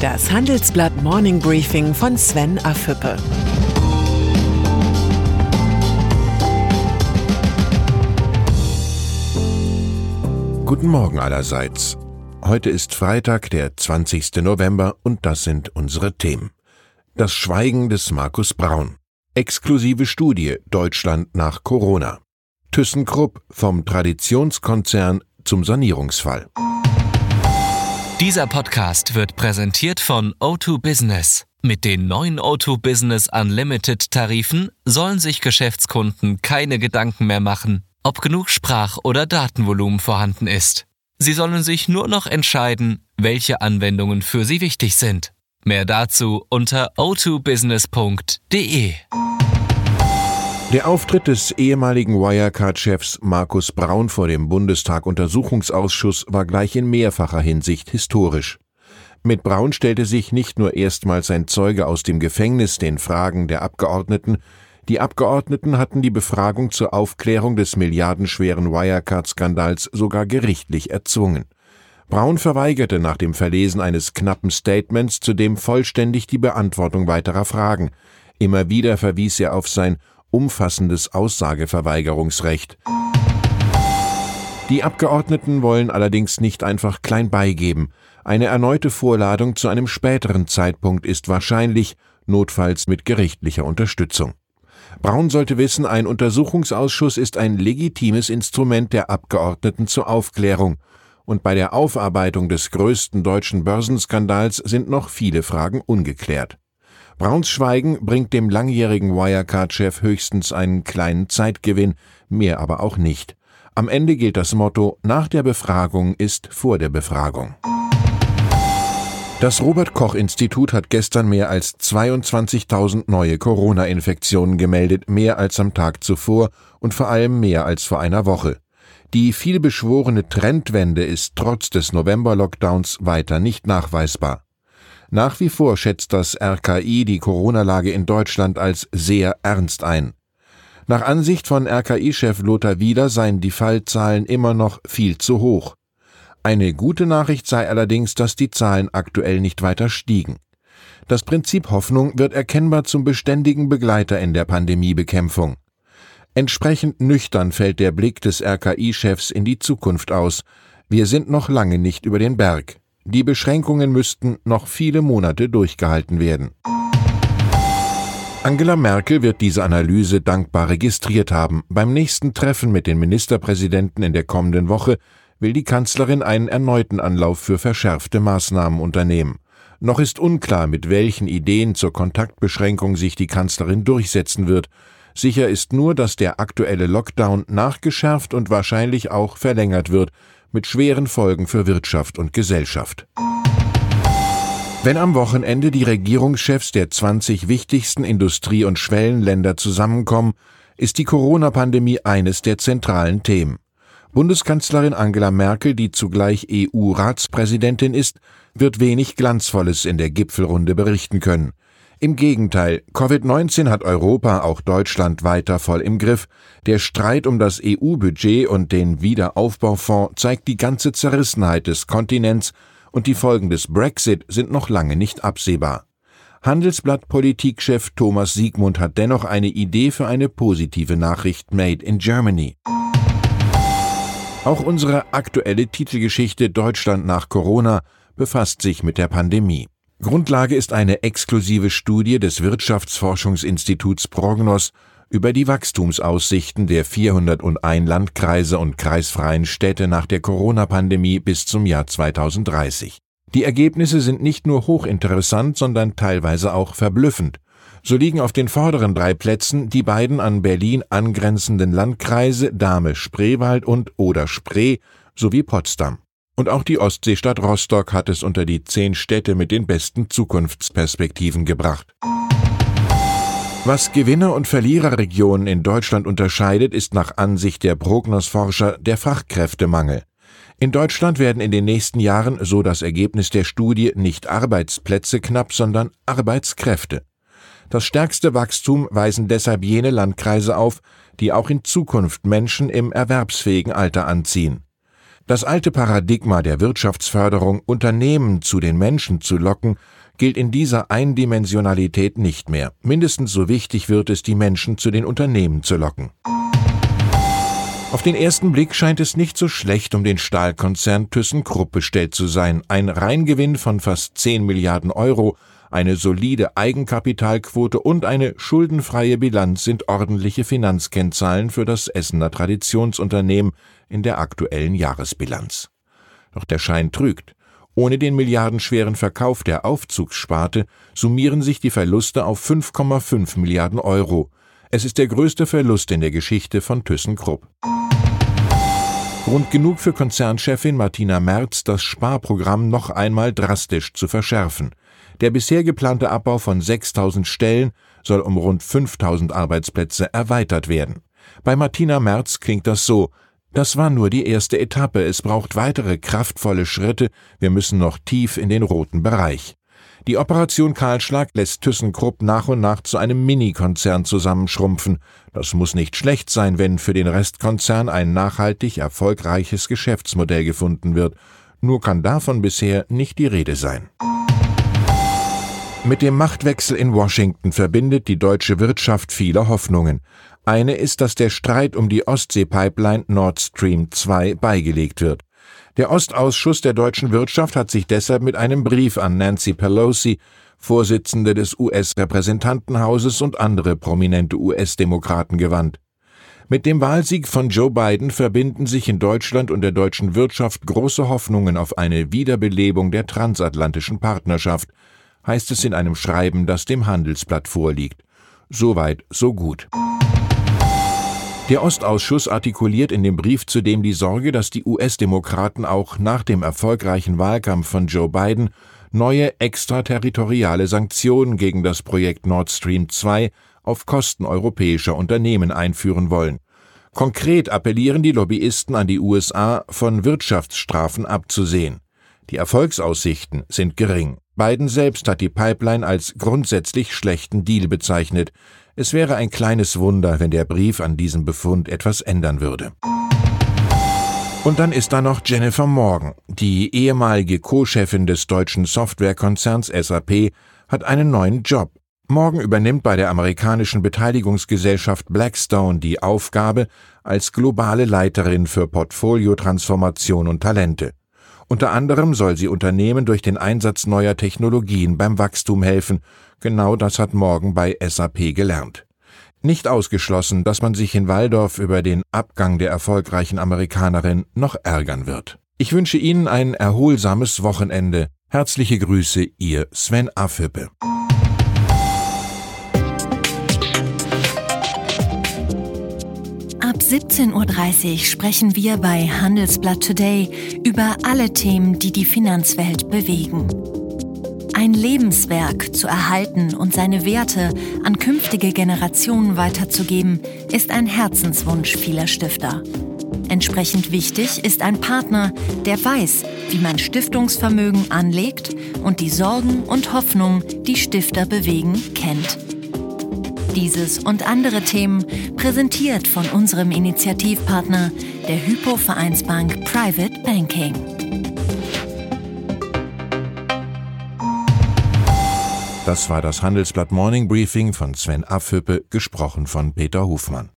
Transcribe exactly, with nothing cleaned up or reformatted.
Das Handelsblatt Morning Briefing von Sven Affüppe. Guten Morgen allerseits. Heute ist Freitag, der zwanzigsten November, und das sind unsere Themen. Das Schweigen des Markus Braun. Exklusive Studie Deutschland nach Corona. ThyssenKrupp vom Traditionskonzern zum Sanierungsfall. Dieser Podcast wird präsentiert von O zwei Business. Mit den neuen O zwei Business Unlimited Tarifen sollen sich Geschäftskunden keine Gedanken mehr machen, ob genug Sprach- oder Datenvolumen vorhanden ist. Sie sollen sich nur noch entscheiden, welche Anwendungen für sie wichtig sind. Mehr dazu unter o zwei business punkt de. Der Auftritt des ehemaligen Wirecard-Chefs Markus Braun vor dem Bundestag-Untersuchungsausschuss war gleich in mehrfacher Hinsicht historisch. Mit Braun stellte sich nicht nur erstmals ein Zeuge aus dem Gefängnis den Fragen der Abgeordneten, die Abgeordneten hatten die Befragung zur Aufklärung des milliardenschweren Wirecard-Skandals sogar gerichtlich erzwungen. Braun verweigerte nach dem Verlesen eines knappen Statements zudem vollständig die Beantwortung weiterer Fragen. Immer wieder verwies er auf sein umfassendes Aussageverweigerungsrecht. Die Abgeordneten wollen allerdings nicht einfach klein beigeben. Eine erneute Vorladung zu einem späteren Zeitpunkt ist wahrscheinlich, notfalls mit gerichtlicher Unterstützung. Braun sollte wissen, ein Untersuchungsausschuss ist ein legitimes Instrument der Abgeordneten zur Aufklärung. Und bei der Aufarbeitung des größten deutschen Börsenskandals sind noch viele Fragen ungeklärt. Brauns Schweigen bringt dem langjährigen Wirecard-Chef höchstens einen kleinen Zeitgewinn, mehr aber auch nicht. Am Ende gilt das Motto: Nach der Befragung ist vor der Befragung. Das Robert-Koch-Institut hat gestern mehr als zweiundzwanzigtausend neue Corona-Infektionen gemeldet, mehr als am Tag zuvor und vor allem mehr als vor einer Woche. Die vielbeschworene Trendwende ist trotz des November-Lockdowns weiter nicht nachweisbar. Nach wie vor schätzt das R K I die Corona-Lage in Deutschland als sehr ernst ein. Nach Ansicht von R K I-Chef Lothar Wieler seien die Fallzahlen immer noch viel zu hoch. Eine gute Nachricht sei allerdings, dass die Zahlen aktuell nicht weiter stiegen. Das Prinzip Hoffnung wird erkennbar zum beständigen Begleiter in der Pandemiebekämpfung. Entsprechend nüchtern fällt der Blick des R K I-Chefs in die Zukunft aus. Wir sind noch lange nicht über den Berg. Die Beschränkungen müssten noch viele Monate durchgehalten werden. Angela Merkel wird diese Analyse dankbar registriert haben. Beim nächsten Treffen mit den Ministerpräsidenten in der kommenden Woche will die Kanzlerin einen erneuten Anlauf für verschärfte Maßnahmen unternehmen. Noch ist unklar, mit welchen Ideen zur Kontaktbeschränkung sich die Kanzlerin durchsetzen wird. Sicher ist nur, dass der aktuelle Lockdown nachgeschärft und wahrscheinlich auch verlängert wird, mit schweren Folgen für Wirtschaft und Gesellschaft. Wenn am Wochenende die Regierungschefs der zwanzig wichtigsten Industrie- und Schwellenländer zusammenkommen, ist die Corona-Pandemie eines der zentralen Themen. Bundeskanzlerin Angela Merkel, die zugleich E U-Ratspräsidentin ist, wird wenig Glanzvolles in der Gipfelrunde berichten können. Im Gegenteil, Covid neunzehn hat Europa, auch Deutschland, weiter voll im Griff. Der Streit um das E U-Budget und den Wiederaufbaufonds zeigt die ganze Zerrissenheit des Kontinents, und die Folgen des Brexit sind noch lange nicht absehbar. Handelsblatt-Politikchef Thomas Siegmund hat dennoch eine Idee für eine positive Nachricht made in Germany. Auch unsere aktuelle Titelgeschichte Deutschland nach Corona befasst sich mit der Pandemie. Grundlage ist eine exklusive Studie des Wirtschaftsforschungsinstituts Prognos über die Wachstumsaussichten der vierhunderteins Landkreise und kreisfreien Städte nach der Corona-Pandemie bis zum Jahr zweitausenddreißig. Die Ergebnisse sind nicht nur hochinteressant, sondern teilweise auch verblüffend. So liegen auf den vorderen drei Plätzen die beiden an Berlin angrenzenden Landkreise Dahme-Spreewald und Oder-Spree sowie Potsdam. Und auch die Ostseestadt Rostock hat es unter die zehn Städte mit den besten Zukunftsperspektiven gebracht. Was Gewinner- und Verliererregionen in Deutschland unterscheidet, ist nach Ansicht der Prognosforscher der Fachkräftemangel. In Deutschland werden in den nächsten Jahren, so das Ergebnis der Studie, nicht Arbeitsplätze knapp, sondern Arbeitskräfte. Das stärkste Wachstum weisen deshalb jene Landkreise auf, die auch in Zukunft Menschen im erwerbsfähigen Alter anziehen. Das alte Paradigma der Wirtschaftsförderung, Unternehmen zu den Menschen zu locken, gilt in dieser Eindimensionalität nicht mehr. Mindestens so wichtig wird es, die Menschen zu den Unternehmen zu locken. Auf den ersten Blick scheint es nicht so schlecht um den Stahlkonzern ThyssenKrupp bestellt zu sein. Ein Reingewinn von fast zehn Milliarden Euro, eine solide Eigenkapitalquote und eine schuldenfreie Bilanz sind ordentliche Finanzkennzahlen für das Essener Traditionsunternehmen in der aktuellen Jahresbilanz. Doch der Schein trügt. Ohne den milliardenschweren Verkauf der Aufzugssparte summieren sich die Verluste auf fünf Komma fünf Milliarden Euro. Es ist der größte Verlust in der Geschichte von ThyssenKrupp. Grund genug für Konzernchefin Martina Merz, das Sparprogramm noch einmal drastisch zu verschärfen. Der bisher geplante Abbau von sechstausend Stellen soll um rund fünftausend Arbeitsplätze erweitert werden. Bei Martina Merz klingt das so: Das war nur die erste Etappe, es braucht weitere kraftvolle Schritte, wir müssen noch tief in den roten Bereich. Die Operation Kahlschlag lässt ThyssenKrupp nach und nach zu einem Mini-Konzern zusammenschrumpfen. Das muss nicht schlecht sein, wenn für den Restkonzern ein nachhaltig erfolgreiches Geschäftsmodell gefunden wird. Nur kann davon bisher nicht die Rede sein. Mit dem Machtwechsel in Washington verbindet die deutsche Wirtschaft viele Hoffnungen. Eine ist, dass der Streit um die Ostsee-Pipeline Nord Stream zwei beigelegt wird. Der Ostausschuss der deutschen Wirtschaft hat sich deshalb mit einem Brief an Nancy Pelosi, Vorsitzende des U S-Repräsentantenhauses, und andere prominente U S-Demokraten gewandt. Mit dem Wahlsieg von Joe Biden verbinden sich in Deutschland und der deutschen Wirtschaft große Hoffnungen auf eine Wiederbelebung der transatlantischen Partnerschaft, heißt es in einem Schreiben, das dem Handelsblatt vorliegt. Soweit, so gut. Der Ostausschuss artikuliert in dem Brief zudem die Sorge, dass die U S-Demokraten auch nach dem erfolgreichen Wahlkampf von Joe Biden neue extraterritoriale Sanktionen gegen das Projekt Nord Stream zwei auf Kosten europäischer Unternehmen einführen wollen. Konkret appellieren die Lobbyisten an die U S A, von Wirtschaftsstrafen abzusehen. Die Erfolgsaussichten sind gering. Biden selbst hat die Pipeline als grundsätzlich schlechten Deal bezeichnet. Es wäre ein kleines Wunder, wenn der Brief an diesem Befund etwas ändern würde. Und dann ist da noch Jennifer Morgan. Die ehemalige Co-Chefin des deutschen Softwarekonzerns S A P hat einen neuen Job. Morgan übernimmt bei der amerikanischen Beteiligungsgesellschaft Blackstone die Aufgabe als globale Leiterin für Portfoliotransformation und Talente. Unter anderem soll sie Unternehmen durch den Einsatz neuer Technologien beim Wachstum helfen. Genau das hat Morgan bei S A P gelernt. Nicht ausgeschlossen, dass man sich in Walldorf über den Abgang der erfolgreichen Amerikanerin noch ärgern wird. Ich wünsche Ihnen ein erholsames Wochenende. Herzliche Grüße, Ihr Sven Affüppe. Ab siebzehn Uhr dreißig sprechen wir bei Handelsblatt Today über alle Themen, die die Finanzwelt bewegen. Ein Lebenswerk zu erhalten und seine Werte an künftige Generationen weiterzugeben, ist ein Herzenswunsch vieler Stifter. Entsprechend wichtig ist ein Partner, der weiß, wie man Stiftungsvermögen anlegt und die Sorgen und Hoffnungen, die Stifter bewegen, kennt. Dieses und andere Themen präsentiert von unserem Initiativpartner, der Hypo Vereinsbank Private Banking. Das war das Handelsblatt Morning Briefing von Sven Affüppe, gesprochen von Peter Hofmann.